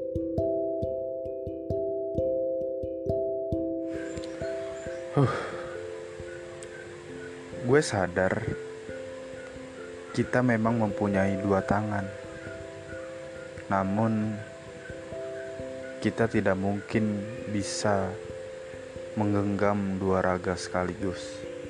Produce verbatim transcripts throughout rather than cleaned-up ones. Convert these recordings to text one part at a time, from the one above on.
Huh, gue sadar kita memang mempunyai dua tangan, namun kita tidak mungkin bisa menggenggam dua raga sekaligus.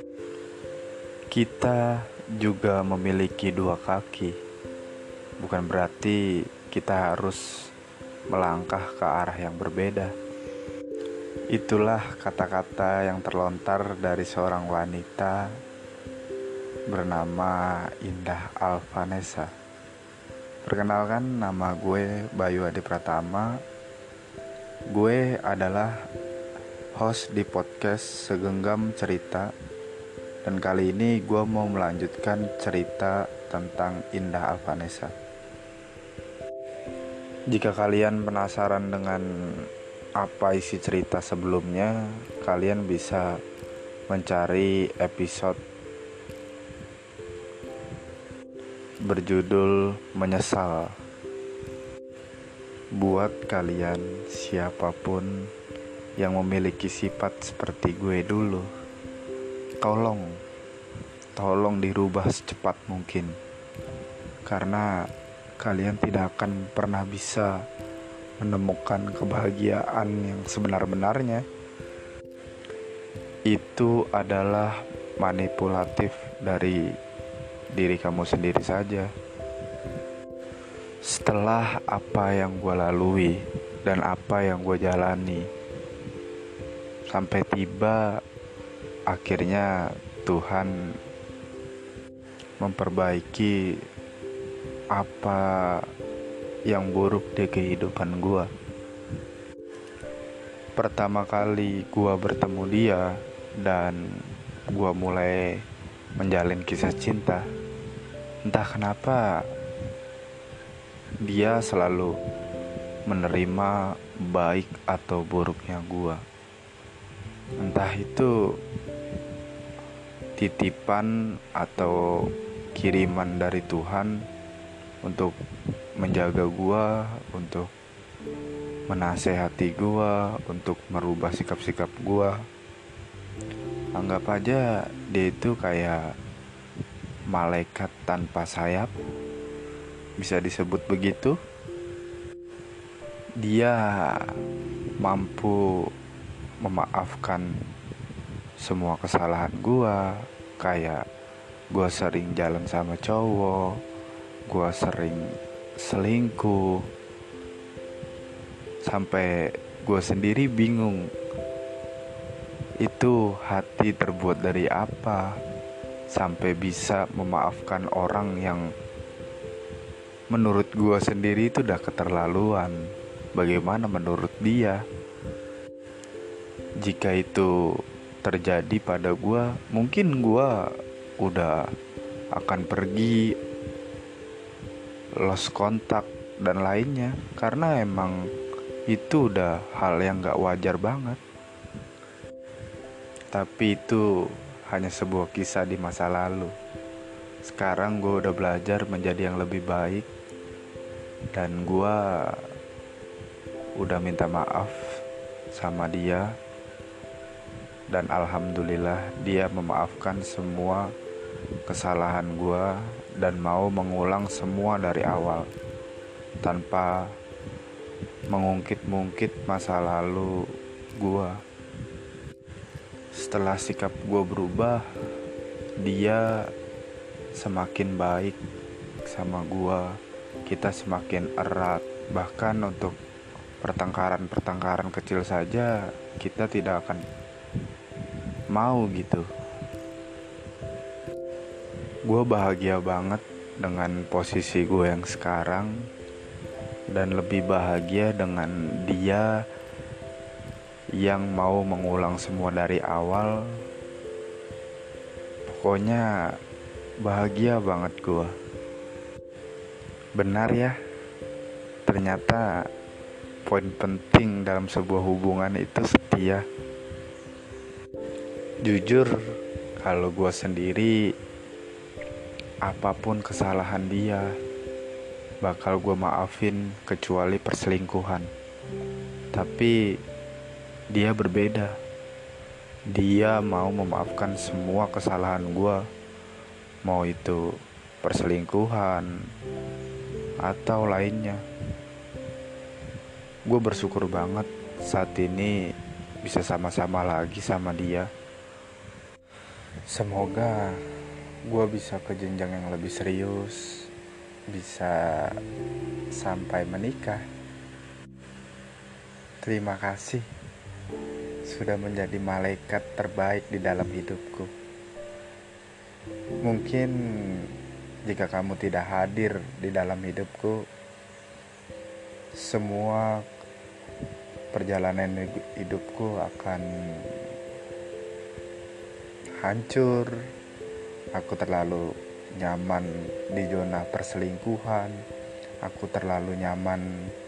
Kita juga memiliki dua kaki, bukan berarti kita harus melangkah ke arah yang berbeda. Itulah kata-kata yang terlontar dari seorang wanita bernama Indah Alvanesa. Perkenalkan, nama gue Bayu Adi Pratama. Gue adalah host di podcast Segenggam Cerita. Dan kali ini gue mau melanjutkan cerita tentang Indah Alvanesa. Jika kalian penasaran dengan apa isi cerita sebelumnya, kalian bisa mencari episode berjudul Menyesal. Buat kalian siapapun yang memiliki sifat seperti gue dulu, tolong tolong dirubah secepat mungkin, karena kalian tidak akan pernah bisa menemukan kebahagiaan yang sebenar-benarnya. Itu adalah manipulatif dari diri kamu sendiri saja. Setelah apa yang gue lalui dan apa yang gue jalani, sampai tiba akhirnya Tuhan memperbaiki apa yang buruk di kehidupan gue. Pertama kali gue bertemu dia dan gue mulai menjalin kisah cinta, entah kenapa dia selalu menerima baik atau buruknya gue. Entah itu titipan atau kiriman dari Tuhan untuk menjaga gua, untuk menasehati gua, untuk merubah sikap-sikap gua. Anggap aja dia itu kayak malaikat tanpa sayap, bisa disebut begitu. Dia mampu memaafkan semua kesalahan gua, kayak gua sering jalan sama cowok, gue sering selingkuh, sampai gue sendiri bingung itu hati terbuat dari apa, sampai bisa memaafkan orang yang menurut gue sendiri itu udah keterlaluan. Bagaimana menurut dia? Jika itu terjadi pada gue, mungkin gue udah akan pergi, lost kontak dan lainnya, karena emang itu udah hal yang gak wajar banget. Tapi itu hanya sebuah kisah di masa lalu. Sekarang gue udah belajar menjadi yang lebih baik, dan gue udah minta maaf sama dia, dan alhamdulillah dia memaafkan semua kesalahan gue dan mau mengulang semua dari awal tanpa mengungkit-ungkit masa lalu gue. Setelah sikap gue berubah, dia semakin baik sama gue. Kita semakin erat, bahkan untuk pertengkaran-pertengkaran kecil saja kita tidak akan mau gitu. Gue bahagia banget dengan posisi gue yang sekarang, dan lebih bahagia dengan dia yang mau mengulang semua dari awal. Pokoknya bahagia banget gue. Benar ya, ternyata poin penting dalam sebuah hubungan itu setia. Jujur, kalau gue sendiri, apapun kesalahan dia, bakal gue maafin kecuali perselingkuhan. Tapi dia berbeda. Dia mau memaafkan semua kesalahan gue, mau itu perselingkuhan atau lainnya. Gue bersyukur banget saat ini bisa sama-sama lagi sama dia. Semoga gue bisa ke jenjang yang lebih serius, bisa sampai menikah. Terima kasih sudah menjadi malaikat terbaik di dalam hidupku. Mungkin jika kamu tidak hadir di dalam hidupku, semua perjalanan hidupku akan hancur. Aku terlalu nyaman di zona perselingkuhan. Aku terlalu nyaman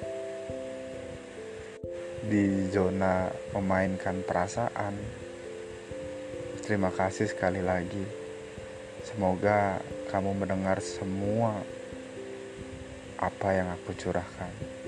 di zona memainkan perasaan. Terima kasih sekali lagi. Semoga kamu mendengar semua apa yang aku curahkan.